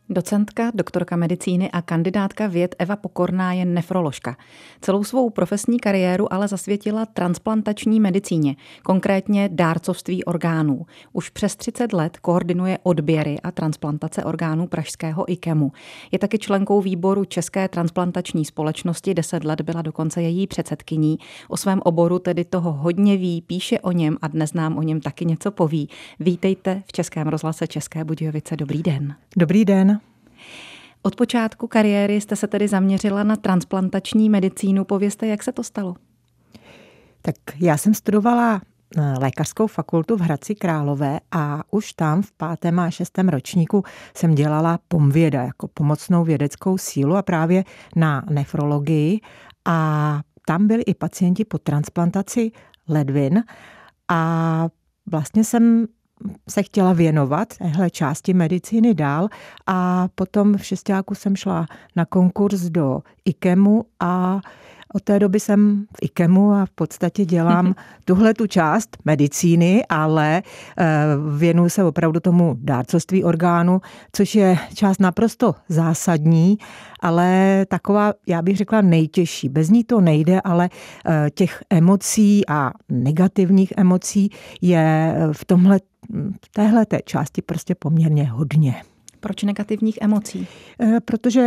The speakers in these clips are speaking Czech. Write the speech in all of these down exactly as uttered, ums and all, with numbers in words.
Docentka, doktorka medicíny a kandidátka věd Eva Pokorná je nefroložka. Celou svou profesní kariéru ale zasvětila transplantační medicíně, konkrétně dárcovství orgánů. Už přes třicet let koordinuje odběry a transplantace orgánů pražského IKEMu. Je taky členkou výboru České transplantační společnosti, deset let byla dokonce její předsedkyní. O svém oboru tedy toho hodně ví, píše o něm a dnes nám o něm taky něco poví. Vítejte v Českém rozhlase České Budějovice. Dobrý den. Dobrý den. Od počátku kariéry jste se tedy zaměřila na transplantační medicínu. Povězte, jak se to stalo? Tak já jsem studovala lékařskou fakultu v Hradci Králové a už tam v pátém a šestém ročníku jsem dělala pomvěda jako pomocnou vědeckou sílu a právě na nefrologii. A tam byli i pacienti po transplantaci ledvin a vlastně jsem se chtěla věnovat téhle části medicíny dál a potom v šestáku jsem šla na konkurs do IKEMu a od té doby jsem v IKEMu a v podstatě dělám tuhle tu část medicíny, ale věnuju se opravdu tomu dárcovství orgánu, což je část naprosto zásadní, ale taková, já bych řekla, nejtěžší. Bez ní to nejde, ale těch emocí a negativních emocí je v tomhle, v téhleté části prostě poměrně hodně. Proč negativních emocí? Protože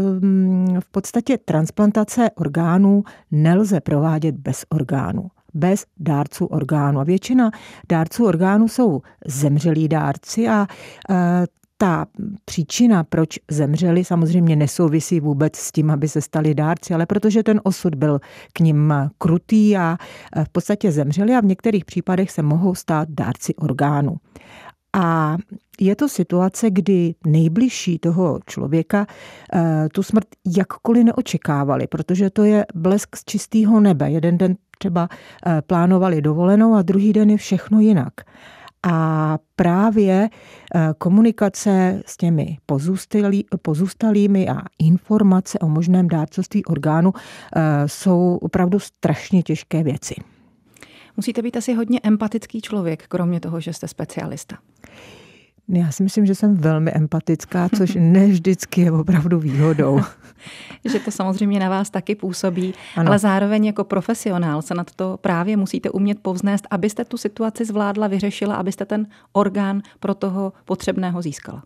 v podstatě transplantace orgánů nelze provádět bez orgánů, bez dárců orgánů. A většina dárců orgánů jsou zemřelí dárci a ta příčina, proč zemřeli, samozřejmě nesouvisí vůbec s tím, aby se stali dárci, ale protože ten osud byl k nim krutý a v podstatě zemřeli a v některých případech se mohou stát dárci orgánů. A je to situace, kdy nejbližší toho člověka tu smrt jakkoliv neočekávali, protože to je blesk z čistého nebe. Jeden den třeba plánovali dovolenou a druhý den je všechno jinak. A právě komunikace s těmi pozůstalý, pozůstalými a informace o možném dárcovství orgánu jsou opravdu strašně těžké věci. Musíte být asi hodně empatický člověk, kromě toho, že jste specialista. Já si myslím, že jsem velmi empatická, což ne vždycky je opravdu výhodou. Že to samozřejmě na vás taky působí, ano. Ale zároveň jako profesionál se nad to právě musíte umět povznést, abyste tu situaci zvládla, vyřešila, abyste ten orgán pro toho potřebného získala.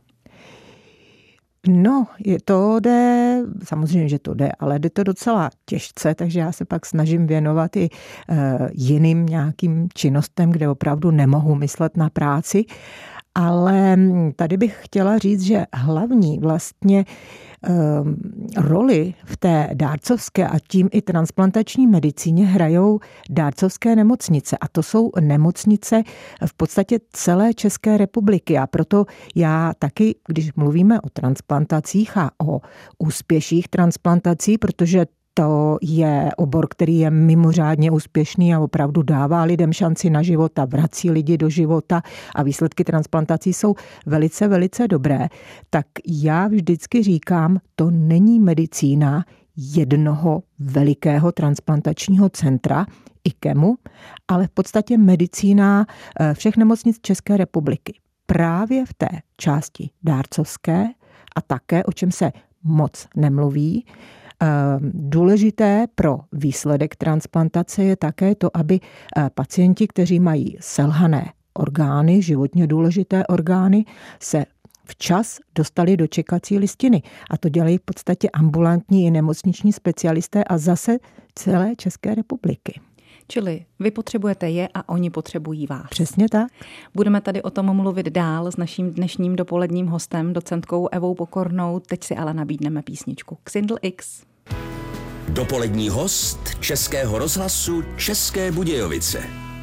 No, je to jde, samozřejmě, že to jde, ale jde to docela těžce, takže já se pak snažím věnovat i e, jiným nějakým činnostem, kde opravdu nemohu myslet na práci. Ale tady bych chtěla říct, že hlavní vlastně um, roli v té dárcovské a tím i transplantační medicíně hrajou dárcovské nemocnice. A to jsou nemocnice v podstatě celé České republiky. A proto já taky, když mluvíme o transplantacích a o úspěších transplantací, protože to je obor, který je mimořádně úspěšný a opravdu dává lidem šanci na život a vrací lidi do života a výsledky transplantací jsou velice, velice dobré. Tak já vždycky říkám, to není medicína jednoho velikého transplantačního centra IKEMu, ale v podstatě medicína všech nemocnic České republiky. Právě v té části dárcovské a také, o čem se moc nemluví, důležité pro výsledek transplantace je také to, aby pacienti, kteří mají selhané orgány, životně důležité orgány, se včas dostali do čekací listiny. A to dělají v podstatě ambulantní i nemocniční specialisté a zase celé České republiky. Čili vy potřebujete je a oni potřebují vás. Přesně tak. Budeme tady o tom mluvit dál s naším dnešním dopoledním hostem, docentkou Evou Pokornou. Teď si ale nabídneme písničku Xindl X. Dopolední host Českého rozhlasu České Budějovice.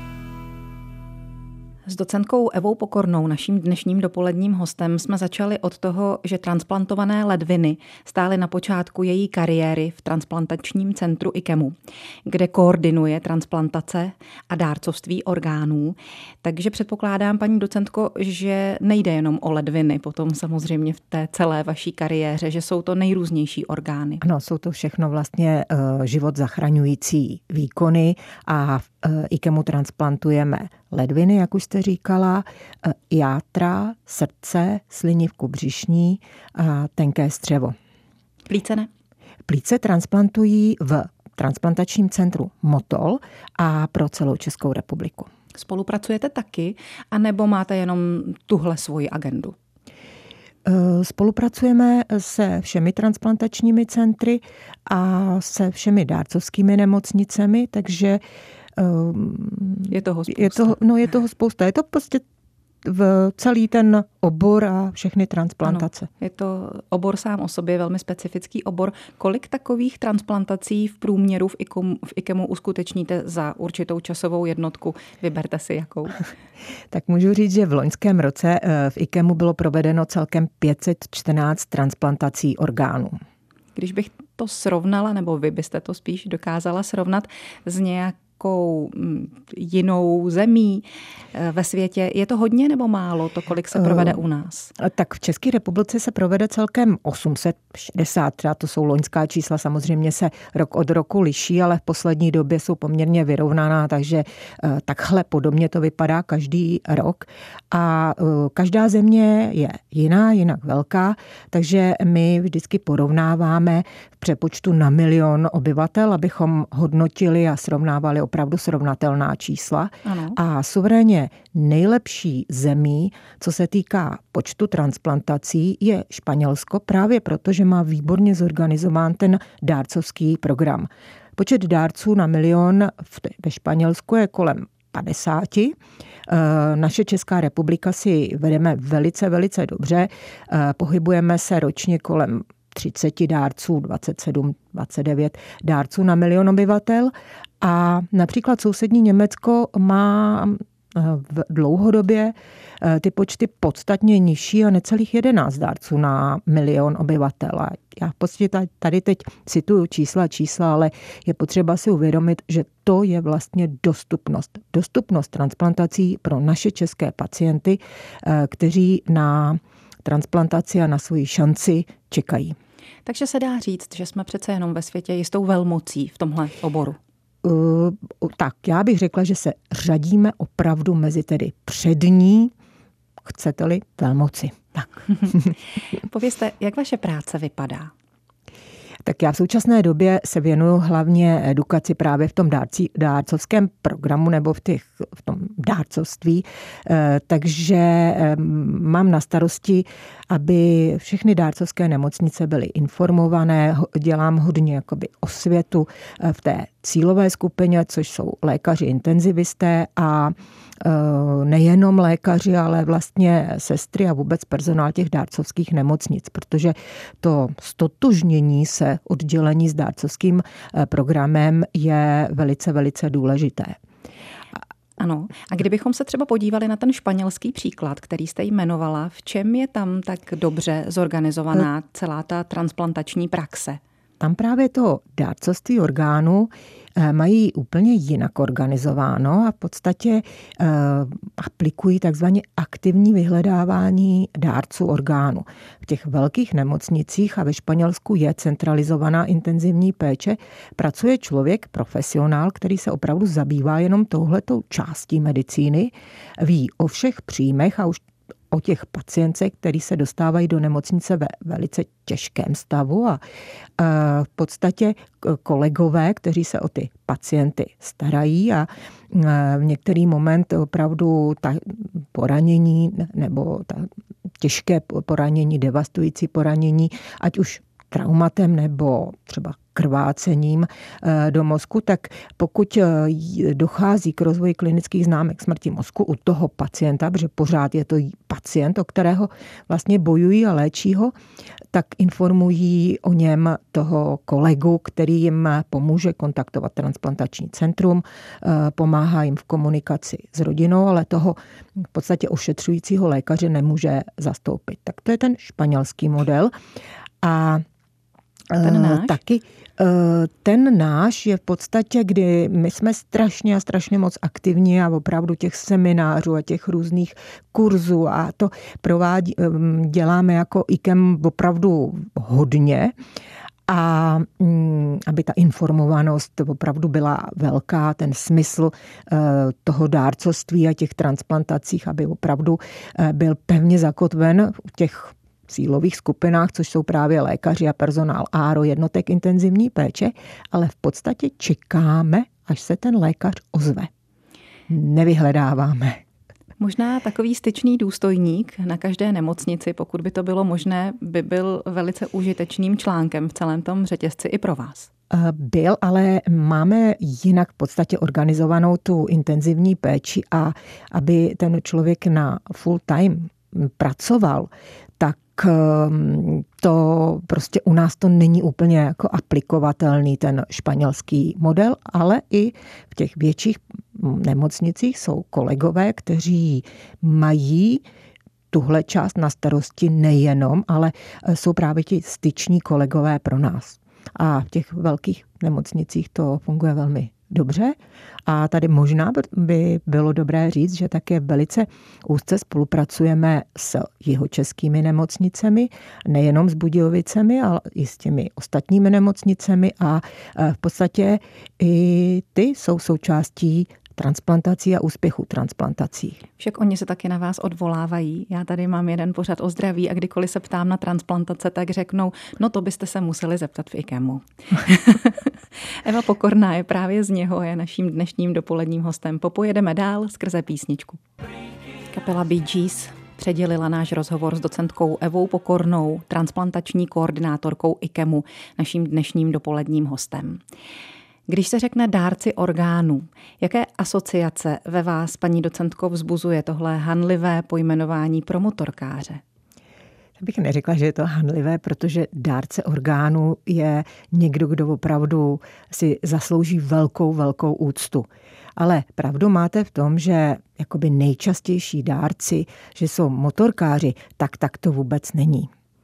S docentkou Evou Pokornou, naším dnešním dopoledním hostem, jsme začali od toho, že transplantované ledviny stály na počátku její kariéry v transplantačním centru IKEMu, kde koordinuje transplantace a dárcovství orgánů. Takže předpokládám, paní docentko, že nejde jenom o ledviny, potom samozřejmě v té celé vaší kariéře, že jsou to nejrůznější orgány. Ano, jsou to všechno vlastně uh, život zachraňující výkony a v uh, IKEMu transplantujeme ledviny, jak už jste říkala, játra, srdce, slinivku břišní a tenké střevo. Plíce ne? Plíce transplantují v transplantačním centru Motol a pro celou Českou republiku. Spolupracujete taky, anebo máte jenom tuhle svoji agendu? Spolupracujeme se všemi transplantačními centry a se všemi dárcovskými nemocnicemi, takže je toho spousta. Je toho, no je toho spousta. Je to prostě v celý ten obor a všechny transplantace. Ano, je to obor sám o sobě, velmi specifický obor. Kolik takových transplantací v průměru v IKEMu, v IKEMu uskutečníte za určitou časovou jednotku? Vyberte si jakou. Tak můžu říct, že v loňském roce v IKEMu bylo provedeno celkem pět set čtrnáct transplantací orgánů. Když bych to srovnala, nebo vy byste to spíš dokázala srovnat s nějak jinou zemí ve světě. Je to hodně nebo málo, to, kolik se provede u nás? Tak v České republice se provede celkem osm set šedesát, třeba to jsou loňská čísla, samozřejmě se rok od roku liší, ale v poslední době jsou poměrně vyrovnaná, takže takhle podobně to vypadá každý rok. A každá země je jiná, jinak velká, takže my vždycky porovnáváme v přepočtu na milion obyvatel, abychom hodnotili a srovnávali opravdu srovnatelná čísla. Ano. A suverénně nejlepší zemí, co se týká počtu transplantací, je Španělsko, právě proto, že má výborně zorganizován ten dárcovský program. Počet dárců na milion ve Španělsku je kolem padesáti. Naše Česká republika si vedeme velice, velice dobře. Pohybujeme se ročně kolem třicet dárců, dvacet sedm, dvacet devět dárců na milion obyvatel. A například sousední Německo má v dlouhodobě ty počty podstatně nižší a necelých jedenáct dárců na milion obyvatel. A já v podstatě tady teď cituju čísla, čísla, ale je potřeba si uvědomit, že to je vlastně dostupnost. Dostupnost transplantací pro naše české pacienty, kteří na transplantaci a na svoji šanci čekají. Takže se dá říct, že jsme přece jenom ve světě jistou velmocí v tomhle oboru. Uh, tak, já bych řekla, že se řadíme opravdu mezi tedy přední, chcete-li, velmoci. Tak. Povězte, jak vaše práce vypadá? Tak já v současné době se věnuju hlavně edukaci právě v tom dárci, dárcovském programu nebo v, těch, v tom dárcovství. Takže mám na starosti, aby všechny dárcovské nemocnice byly informované. Dělám hodně jakoby osvětu v té cílové skupině, což jsou lékaři intenzivisté a nejenom lékaři, ale vlastně sestry a vůbec personál těch dárcovských nemocnic, protože to stotožnění se oddělení s dárcovským programem je velice, velice důležité. Ano. A kdybychom se třeba podívali na ten španělský příklad, který jste jmenovala, v čem je tam tak dobře zorganizovaná celá ta transplantační praxe? Tam právě to dárcovství orgánů mají úplně jinak organizováno a v podstatě eh, aplikují takzvané aktivní vyhledávání dárců orgánů. V těch velkých nemocnicích a ve Španělsku je centralizovaná intenzivní péče. Pracuje člověk, profesionál, který se opravdu zabývá jenom touhletou částí medicíny, ví o všech příjmech a už o těch pacientech, kteří se dostávají do nemocnice ve velice těžkém stavu a v podstatě kolegové, kteří se o ty pacienty starají a v některý moment opravdu ta poranění nebo ta těžké poranění, devastující poranění, ať už traumatem nebo třeba krvácením do mozku, tak pokud dochází k rozvoji klinických známek smrti mozku u toho pacienta, protože pořád je to pacient, o kterého vlastně bojují a léčí ho, tak informují o něm toho kolegu, který jim pomůže kontaktovat transplantační centrum, pomáhá jim v komunikaci s rodinou, ale toho v podstatě ošetřujícího lékaře nemůže zastoupit. Tak to je ten španělský model. A ten náš? Taky ten náš je v podstatě, kdy my jsme strašně a strašně moc aktivní a opravdu těch seminářů a těch různých kurzů a to provádí, děláme jako IKEM opravdu hodně. a aby ta informovanost opravdu byla velká, ten smysl toho dárcovství a těch transplantacích, aby opravdu byl pevně zakotven v těch cílových skupinách, což jsou právě lékaři a personál á er o jednotek intenzivní péče, ale v podstatě čekáme, až se ten lékař ozve. Nevyhledáváme. Možná takový styčný důstojník na každé nemocnici, pokud by to bylo možné, by byl velice užitečným článkem v celém tom řetězci i pro vás. Byl, ale máme jinak v podstatě organizovanou tu intenzivní péči a aby ten člověk na full time pracoval, tak to prostě u nás to není úplně jako aplikovatelný ten španělský model, ale i v těch větších nemocnicích jsou kolegové, kteří mají tuhle část na starosti nejenom, ale jsou právě ti styční kolegové pro nás. A v těch velkých nemocnicích to funguje velmi dobře. A tady možná by bylo dobré říct, že také velice úzce spolupracujeme s jihočeskými nemocnicemi, nejenom s Budějovicemi, ale i s těmi ostatními nemocnicemi a v podstatě i ty jsou součástí transplantací a úspěchu transplantací. Však oni se taky na vás odvolávají. Já tady mám jeden pořad o zdraví a kdykoliv se ptám na transplantace, tak řeknou, no to byste se museli zeptat v IKEMu. Eva Pokorná je právě z něho, je naším dnešním dopoledním hostem. Popojedeme dál skrze písničku. Kapela Bee Gees předělila náš rozhovor s docentkou Evou Pokornou, transplantační koordinátorkou IKEMu, naším dnešním dopoledním hostem. Když se řekne dárci orgánů, jaké asociace ve vás, paní docentko, vzbuzuje tohle hanlivé pojmenování pro motorkáře? Já bych neřekla, že je to hanlivé, protože dárce orgánů je někdo, kdo opravdu si zaslouží velkou, velkou úctu. Ale pravdu máte v tom, že jakoby nejčastější dárci, že jsou motorkáři, tak tak to vůbec není.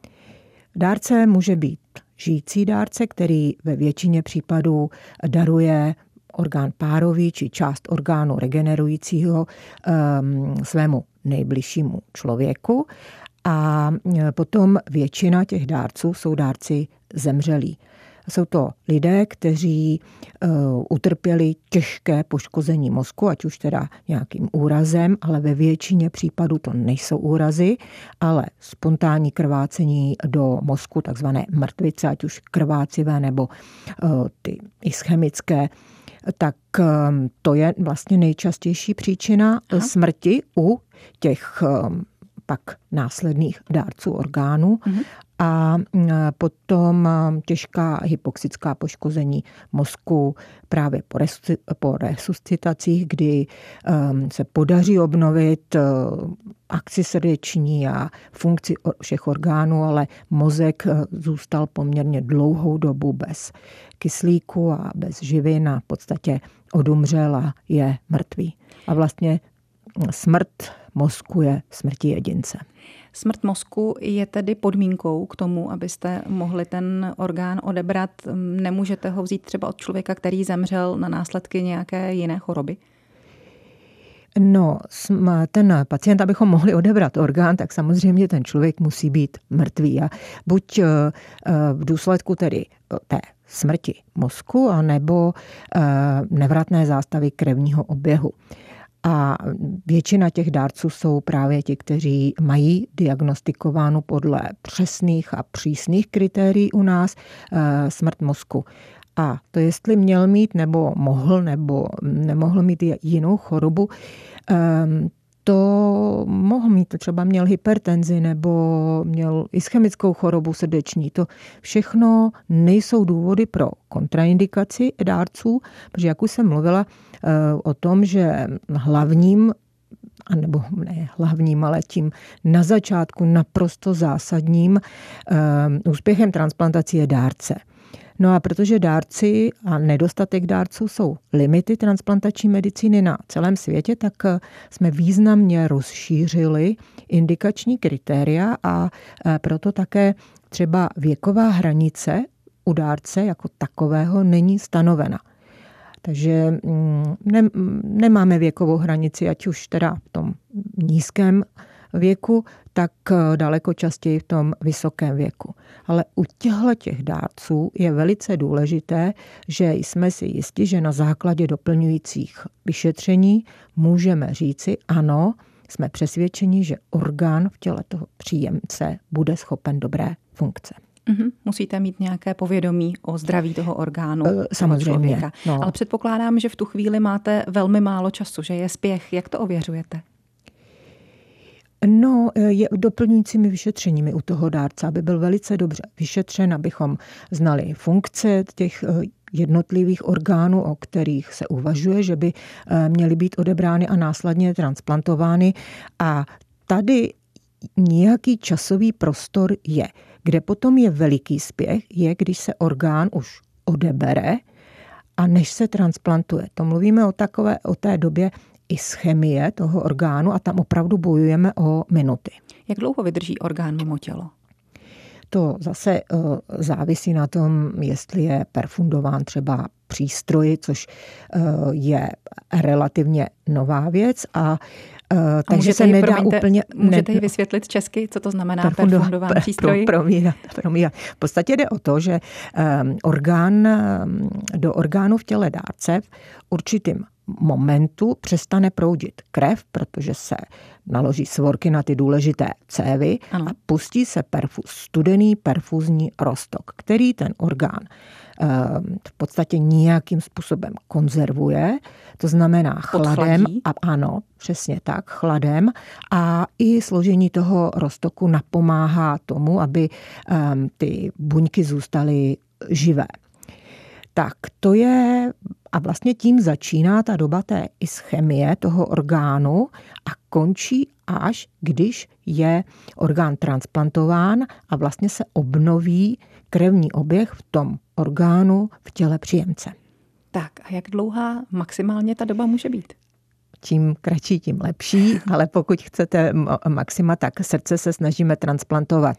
Dárce může být žijící dárce, který ve většině případů daruje orgán párový či část orgánu regenerujícího um, svému nejbližšímu člověku. A potom většina těch dárců jsou dárci zemřelí. Jsou to lidé, kteří uh, utrpěli těžké poškození mozku, ať už teda nějakým úrazem, ale ve většině případů to nejsou úrazy, ale spontánní krvácení do mozku, takzvané mrtvice, ať už krvácivé nebo uh, ty ischemické, tak um, to je vlastně nejčastější příčina Aha. smrti u těch um, pak následných dárců orgánů. Mhm. A potom těžká hypoxická poškození mozku právě po resuscitacích, kdy se podaří obnovit akci srdeční a funkci všech orgánů, ale mozek zůstal poměrně dlouhou dobu bez kyslíku a bez živin a v podstatě odumřel a je mrtvý. A vlastně smrt mozku je smrtí jedince. Smrt mozku je tedy podmínkou k tomu, abyste mohli ten orgán odebrat. Nemůžete ho vzít třeba od člověka, který zemřel na následky nějaké jiné choroby? No, ten pacient, abychom mohli odebrat orgán, tak samozřejmě ten člověk musí být mrtvý. A buď v důsledku tedy té smrti mozku, anebo nevratné zástavy krevního oběhu. A většina těch dárců jsou právě ti, kteří mají diagnostikovánu podle přesných a přísných kritérií u nás smrt mozku. A to, jestli měl mít nebo mohl nebo nemohl mít jinou chorobu, to mohl mít, to třeba měl hypertenzi nebo měl ischemickou chorobu srdeční. To všechno nejsou důvody pro kontraindikaci dárců, protože jak už jsem mluvila o tom, že hlavním, anebo ne hlavním, ale tím na začátku naprosto zásadním úspěchem transplantací je dárce. No a protože dárci a nedostatek dárců jsou limity transplantační medicíny na celém světě, tak jsme významně rozšířili indikační kritéria a proto také třeba věková hranice u dárce jako takového není stanovena. Takže ne, nemáme věkovou hranici, ať už teda v tom nízkém věku, tak daleko častěji v tom vysokém věku. Ale u těchto těch dárců je velice důležité, že jsme si jisti, že na základě doplňujících vyšetření můžeme říci ano, jsme přesvědčeni, že orgán v těle toho příjemce bude schopen dobré funkce. Mm-hmm. Musíte mít nějaké povědomí o zdraví toho orgánu. Samozřejmě. No. Ale předpokládám, že v tu chvíli máte velmi málo času, že je spěch. Jak to ověřujete? No, je doplňujícími vyšetřeními u toho dárce, aby byl velice dobře vyšetřen, abychom znali funkce těch jednotlivých orgánů, o kterých se uvažuje, že by měly být odebrány a následně transplantovány. A tady nějaký časový prostor je. Kde potom je veliký spěch, je, když se orgán už odebere a než se transplantuje. To mluvíme o takové, o té době ischemie toho orgánu a tam opravdu bojujeme o minuty. Jak dlouho vydrží orgán mimo tělo? To zase uh, závisí na tom, jestli je perfundován třeba přístroji, což uh, je relativně nová věc a Uh, takže se nedá promiňte, úplně... Můžete ji vysvětlit česky, co to znamená perfundován přístroj? Pro, promírat, promírat. V podstatě jde o to, že um, orgán, um, do orgánu v těle dárce v určitým momentu přestane proudit krev, protože se naloží svorky na ty důležité cévy ano. a pustí se perfuz, studený perfuzní roztok, který ten orgán v podstatě nějakým způsobem konzervuje, to znamená chladem, a ano, přesně tak, chladem a i složení toho roztoku napomáhá tomu, aby um, ty buňky zůstaly živé. Tak to je, a vlastně tím začíná ta doba té ischemie toho orgánu a končí až, když je orgán transplantován a vlastně se obnoví krevní oběh v tom orgánu v těle příjemce. Tak a jak dlouhá maximálně ta doba může být? Čím kratší, tím lepší, ale pokud chcete maxima, tak srdce se snažíme transplantovat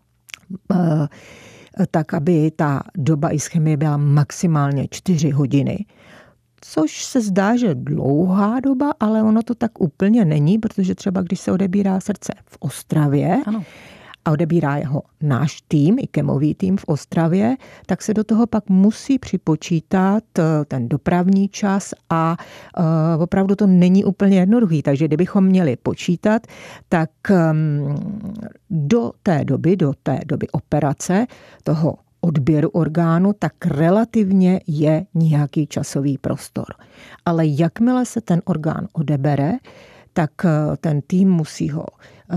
tak, aby ta doba ischemie byla maximálně čtyři hodiny. Což se zdá, že dlouhá doba, ale ono to tak úplně není, protože třeba když se odebírá srdce v Ostravě ano. a odebírá jeho náš tým, IKEMový tým v Ostravě, tak se do toho pak musí připočítat ten dopravní čas a uh, opravdu to není úplně jednoduchý. Takže kdybychom měli počítat, tak um, do té doby, do té doby operace toho odběru orgánu, tak relativně je nějaký časový prostor. Ale jakmile se ten orgán odebere, tak ten tým musí ho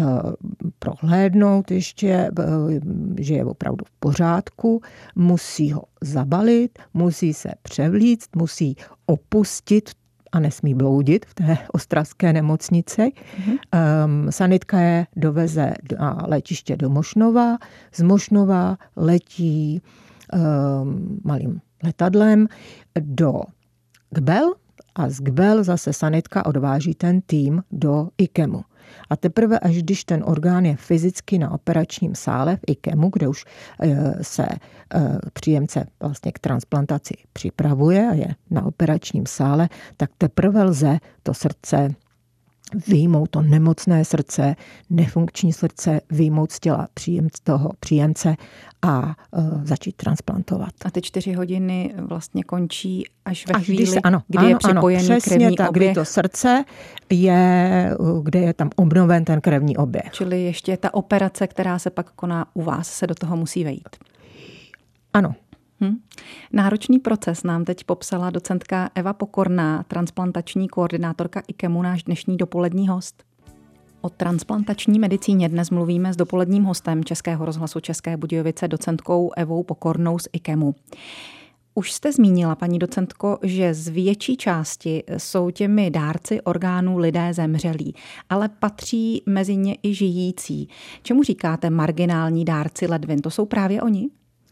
prohlédnout ještě, že je opravdu v pořádku, musí ho zabalit, musí se převlíct, musí opustit a nesmí bloudit v té ostravské nemocnici. Mm-hmm. Um, sanitka je doveze na letiště do Mošnova. Z Mošnova letí um, malým letadlem do Gbel a z Gbel zase sanitka odváží ten tým do IKEMu. A teprve až když ten orgán je fyzicky na operačním sále v IKEMu, kde už se příjemce vlastně k transplantaci připravuje a je na operačním sále, tak teprve lze to srdce vyjmout, to nemocné srdce, nefunkční srdce, vyjmout z těla příjemce, toho příjemce a uh, začít transplantovat. A ty čtyři hodiny vlastně končí až ve až chvíli, se, ano, kdy ano, je připojený ano, krevní tak, oběh. Kdy to srdce je, kde je tam obnoven ten krevní oběh. Čili ještě ta operace, která se pak koná u vás, se do toho musí vejít. Ano. Hm. Náročný proces nám teď popsala docentka Eva Pokorná, transplantační koordinátorka IKEMu, náš dnešní dopolední host. O transplantační medicíně dnes mluvíme s dopoledním hostem Českého rozhlasu České Budějovice, docentkou Evou Pokornou z IKEMu. Už jste zmínila, paní docentko, že z větší části jsou těmi dárci orgánů lidé zemřelí, ale patří mezi ně i žijící. Čemu říkáte marginální dárci ledvin? To jsou právě oni?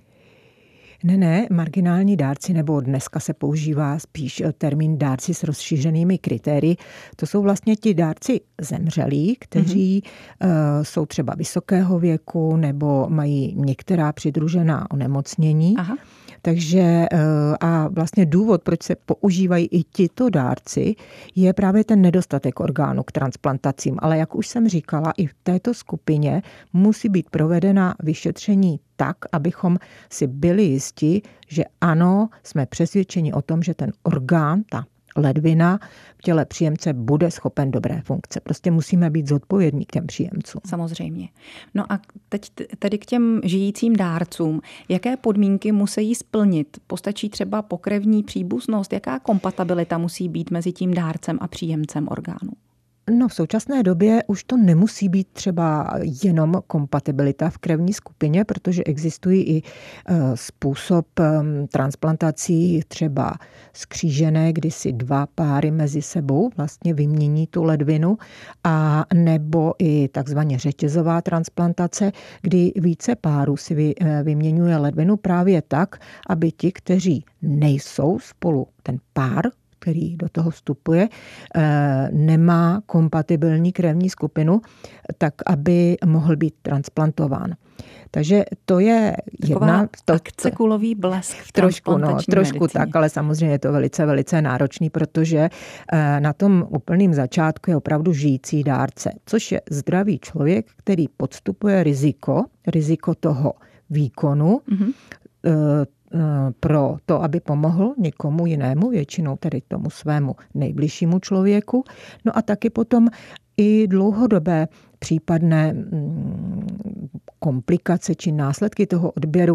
Ne, ne, marginální dárci, nebo dneska se používá spíš termín dárci s rozšířenými kritérii. To jsou vlastně ti dárci zemřelí, kteří mm-hmm. uh, jsou třeba vysokého věku nebo mají některá přidružená onemocnění. Aha. Takže a vlastně důvod, proč se používají i tito dárci, je právě ten nedostatek orgánů k transplantacím. Ale jak už jsem říkala, i v této skupině musí být provedena vyšetření tak, abychom si byli jisti, že ano, jsme přesvědčeni o tom, že ten orgán, ta ledvina v těle příjemce bude schopen dobré funkce. Prostě musíme být zodpovědní k těm příjemcům. Samozřejmě. No a teď tedy k těm žijícím dárcům. Jaké podmínky musí splnit? Postačí třeba pokrevní příbuznost? Jaká kompatibilita musí být mezi tím dárcem a příjemcem orgánu? No, v současné době už to nemusí být třeba jenom kompatibilita v krevní skupině, protože existují i způsob transplantací třeba skřížené, kdy si dva páry mezi sebou vlastně vymění tu ledvinu, a nebo i takzvaně řetězová transplantace, kdy více párů si vyměňuje ledvinu právě tak, aby ti, kteří nejsou spolu, ten pár, který do toho vstupuje, nemá kompatibilní krevní skupinu, tak aby mohl být transplantován. Takže to je taková jedna... To, akce kulový blesk v trošku, no, transplantační trošku medicíně. tak, ale samozřejmě je to velice, velice náročný, protože na tom úplným začátku je opravdu žijící dárce, což je zdravý člověk, který podstupuje riziko, riziko toho výkonu, mm-hmm. pro to, aby pomohl někomu jinému, většinou tedy tomu svému nejbližšímu člověku. No a taky potom i dlouhodobé případné komplikace či následky toho odběru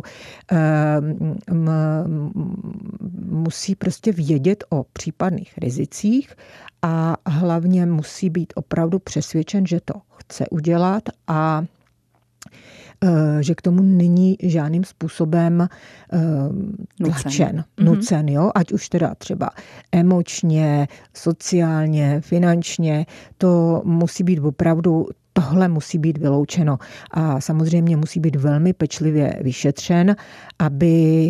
musí prostě vědět o případných rizicích a hlavně musí být opravdu přesvědčen, že to chce udělat a že k tomu není žádným způsobem tlačen, nucen, nucen jo? Ať už teda třeba emočně, sociálně, finančně, to musí být opravdu, tohle musí být vyloučeno a samozřejmě musí být velmi pečlivě vyšetřen, aby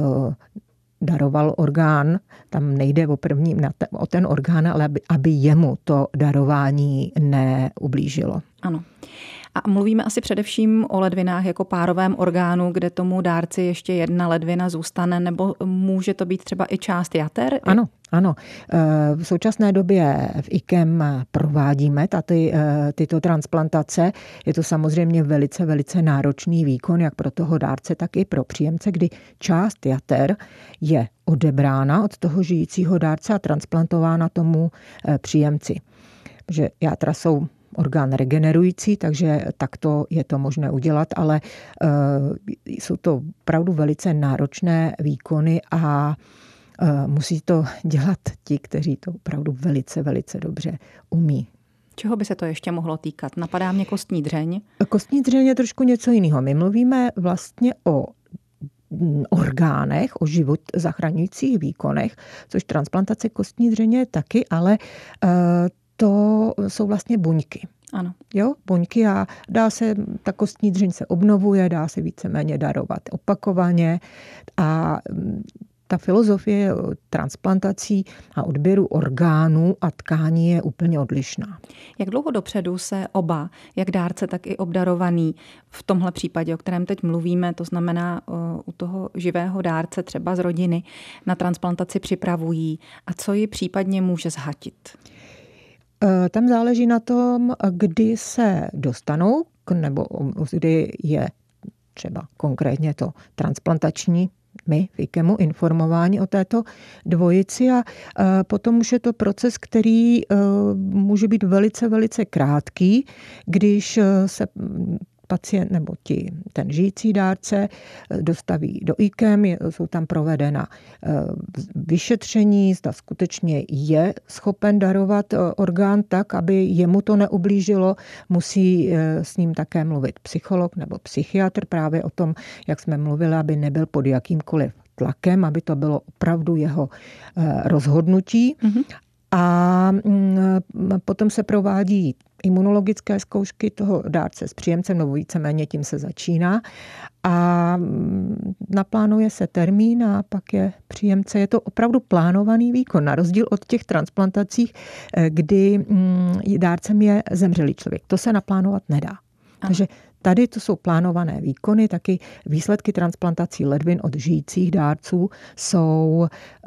daroval orgán, tam nejde o první, o ten orgán, ale aby, aby jemu to darování neublížilo. Ano. A mluvíme asi především o ledvinách jako párovém orgánu, kde tomu dárci ještě jedna ledvina zůstane, nebo může to být třeba i část jater? Ano, ano. V současné době v I K E M provádíme taty, tyto transplantace. Je to samozřejmě velice, velice náročný výkon, jak pro toho dárce, tak i pro příjemce, kdy část jater je odebrána od toho žijícího dárce a transplantována tomu příjemci. Že játra jsou orgán regenerující, takže takto je to možné udělat, ale uh, jsou to opravdu velice náročné výkony a uh, musí to dělat ti, kteří to opravdu velice, velice dobře umí. Čeho by se to ještě mohlo týkat? Napadá mě kostní dřeň. Kostní dřeň je trošku něco jiného. My mluvíme vlastně o orgánech, o život zachraňujících výkonech, což transplantace kostní dřeně je taky, ale uh, to jsou vlastně buňky. Ano. Jo, buňky a dá se, ta kostní dřeň se obnovuje, dá se víceméně darovat opakovaně a ta filozofie transplantací a odběru orgánů a tkání je úplně odlišná. Jak dlouho dopředu se oba, jak dárce, tak i obdarovaný, v tomhle případě, o kterém teď mluvíme, to znamená u toho živého dárce třeba z rodiny, na transplantaci připravují a co ji případně může zhatit? Tam záleží na tom, kdy se dostanou, nebo kdy je třeba konkrétně to transplantační, my v I K E M u informování o této dvojici a potom už je to proces, který může být velice, velice krátký, když se pacient nebo ti, ten žijící dárce dostaví do I K E M, jsou tam provedena vyšetření, zda skutečně je schopen darovat orgán tak, aby jemu to neublížilo. Musí s ním také mluvit psycholog nebo psychiatr právě o tom, jak jsme mluvili, aby nebyl pod jakýmkoliv tlakem, aby to bylo opravdu jeho rozhodnutí. Mm-hmm. A potom se provádí imunologické zkoušky toho dárce s příjemcem, nebo víceméně tím se začíná. A naplánuje se termín a pak je příjemce. Je to opravdu plánovaný výkon, na rozdíl od těch transplantací, kdy dárcem je zemřelý člověk. To se naplánovat nedá. Aha. Takže tady to jsou plánované výkony, taky výsledky transplantací ledvin od žijících dárců jsou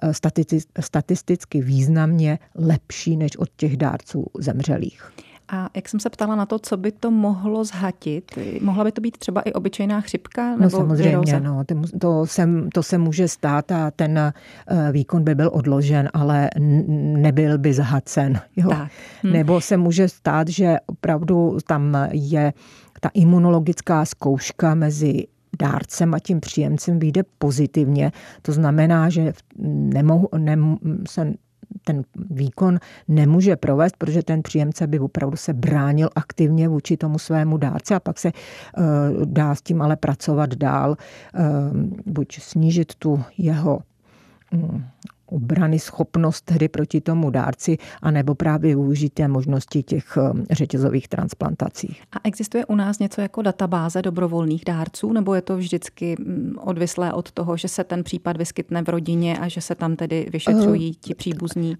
statisticky významně lepší než od těch dárců zemřelých. A jak jsem se ptala na to, co by to mohlo zhatit, mohla by to být třeba i obyčejná chřipka nebo no samozřejmě, viróza? No, to, se, to se může stát a ten výkon by byl odložen, ale nebyl by zhacen. Jo. Hm. Nebo se může stát, že opravdu tam je ta imunologická zkouška mezi dárcem a tím příjemcem vyjde pozitivně. To znamená, že nemohu, nem, se ten výkon nemůže provést, protože ten příjemce by opravdu se bránil aktivně vůči tomu svému dárci a pak se uh, dá s tím ale pracovat dál, uh, buď snížit tu jeho um, obrany schopnost tedy proti tomu dárci, anebo právě využít té možnosti těch řetězových transplantací. A existuje u nás něco jako databáze dobrovolných dárců, nebo je to vždycky odvislé od toho, že se ten případ vyskytne v rodině a že se tam tedy vyšetřují ti příbuzní?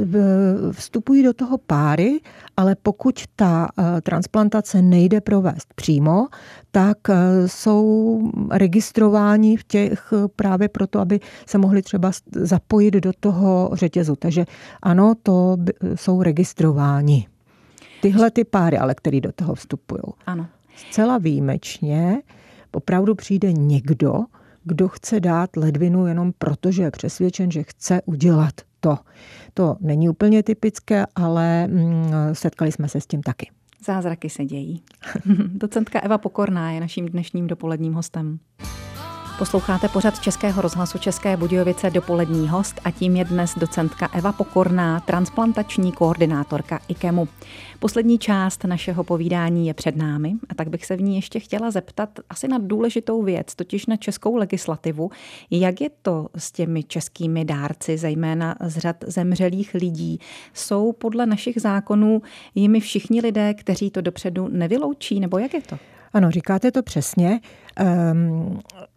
Vstupují do toho páry, ale pokud ta transplantace nejde provést přímo, tak jsou registrováni v těch právě proto, aby se mohli třeba zapojit do toho řetězu. Takže ano, to jsou registrováni. Tyhle ty páry, ale který do toho vstupují. Ano. Zcela výjimečně opravdu přijde někdo, kdo chce dát ledvinu jenom proto, že je přesvědčen, že chce udělat to. To není úplně typické, ale mm, setkali jsme se s tím taky. Zázraky se dějí. Docentka Eva Pokorná je naším dnešním dopoledním hostem. Posloucháte pořad Českého rozhlasu České Budějovice Dopolední host a tím je dnes docentka Eva Pokorná, transplantační koordinátorka I K E M U. Poslední část našeho povídání je před námi a tak bych se v ní ještě chtěla zeptat asi na důležitou věc, totiž na českou legislativu. Jak je to s těmi českými dárci, zejména z řad zemřelých lidí? Jsou podle našich zákonů jimi všichni lidé, kteří to dopředu nevyloučí, nebo jak je to? Ano, říkáte to přesně. Um...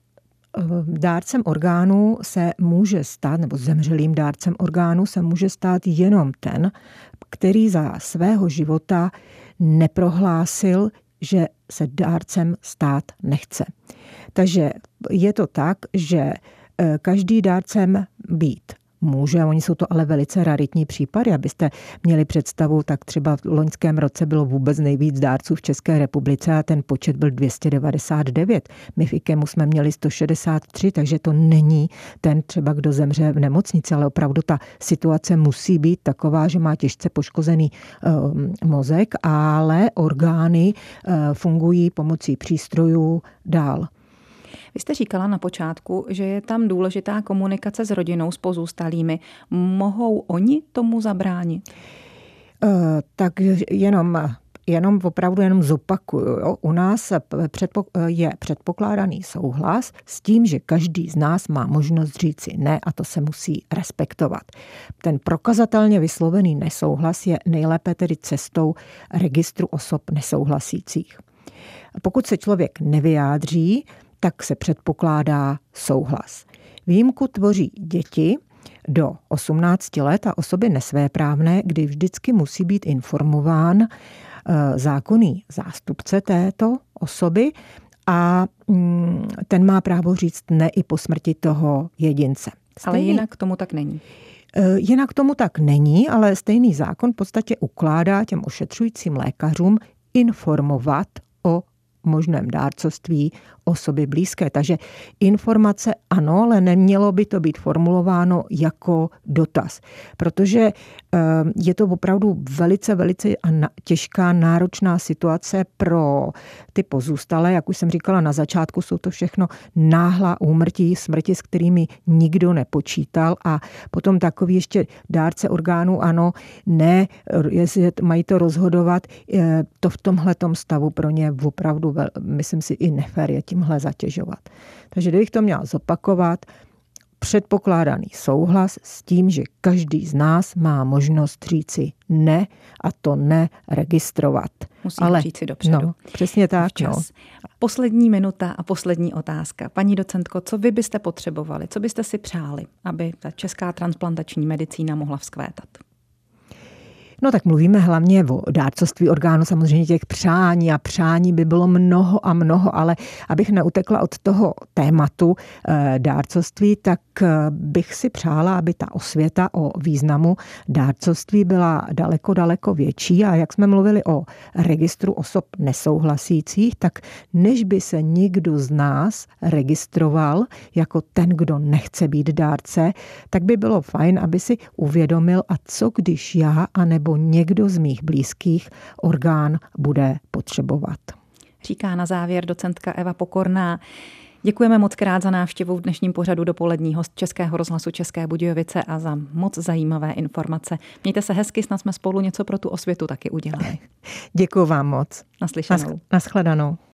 Dárcem orgánů se může stát, nebo zemřelým dárcem orgánů se může stát jenom ten, který za svého života neprohlásil, že se dárcem stát nechce. Takže je to tak, že každý dárcem být může, oni jsou to ale velice raritní případy. Abyste měli představu, tak třeba v loňském roce bylo vůbec nejvíc dárců v České republice a ten počet byl dvě stě devadesát devět. My v I K E M U jsme měli sto šedesát tři, takže to není ten třeba, kdo zemře v nemocnici, ale opravdu ta situace musí být taková, že má těžce poškozený uh, mozek, ale orgány uh, fungují pomocí přístrojů dál. Vy jste říkala na počátku, že je tam důležitá komunikace s rodinou, s pozůstalými. Mohou oni tomu zabránit? Uh, tak jenom, jenom opravdu jenom zopakuju. Jo? U nás je předpokládaný souhlas s tím, že každý z nás má možnost říci ne a to se musí respektovat. Ten prokazatelně vyslovený nesouhlas je nejlépe tedy cestou registru osob nesouhlasících. Pokud se člověk nevyjádří, tak se předpokládá souhlas. Výjimku tvoří děti do osmnácti let a osoby nesvéprávné, kdy vždycky musí být informován zákonný zástupce této osoby a ten má právo říct ne i po smrti toho jedince. Stejný, ale jinak tomu tak není. Jinak tomu tak není, ale stejný zákon v podstatě ukládá těm ošetřujícím lékařům informovat o možném dárcovství osoby blízké. Takže informace ano, ale nemělo by to být formulováno jako dotaz. Protože je to opravdu velice, velice těžká, náročná situace pro ty pozůstalé. Jak už jsem říkala na začátku, jsou to všechno náhlá úmrtí, smrti, s kterými nikdo nepočítal a potom takový ještě dárce orgánů, ano, ne, jestli mají to rozhodovat, to v tomhletom stavu pro ně opravdu, myslím si, i nefér je tímhle zatěžovat. Takže kdybych to měla zopakovat, předpokládaný souhlas s tím, že každý z nás má možnost říci ne a to ne registrovat. Musí Ale, říci dopředu. No, přesně tak. No. Poslední minuta a poslední otázka. Paní docentko, co vy byste potřebovali, co byste si přáli, aby ta česká transplantační medicína mohla vzkvétat? No tak mluvíme hlavně o dárcovství orgánů, samozřejmě těch přání a přání by bylo mnoho a mnoho, ale abych neutekla od toho tématu dárcovství, tak bych si přála, aby ta osvěta o významu dárcovství byla daleko, daleko větší. A jak jsme mluvili o registru osob nesouhlasících, tak než by se nikdo z nás registroval jako ten, kdo nechce být dárce, tak by bylo fajn, aby si uvědomil, a co když já anebo někdo z mých blízkých orgán bude potřebovat. Říká na závěr docentka Eva Pokorná. Děkujeme moc krát za návštěvu v dnešním pořadu Dopolední host Českého rozhlasu České Budějovice a za moc zajímavé informace. Mějte se hezky, snad jsme spolu něco pro tu osvětu taky udělali. Děkuju vám moc. Naslyšenou. Naschledanou.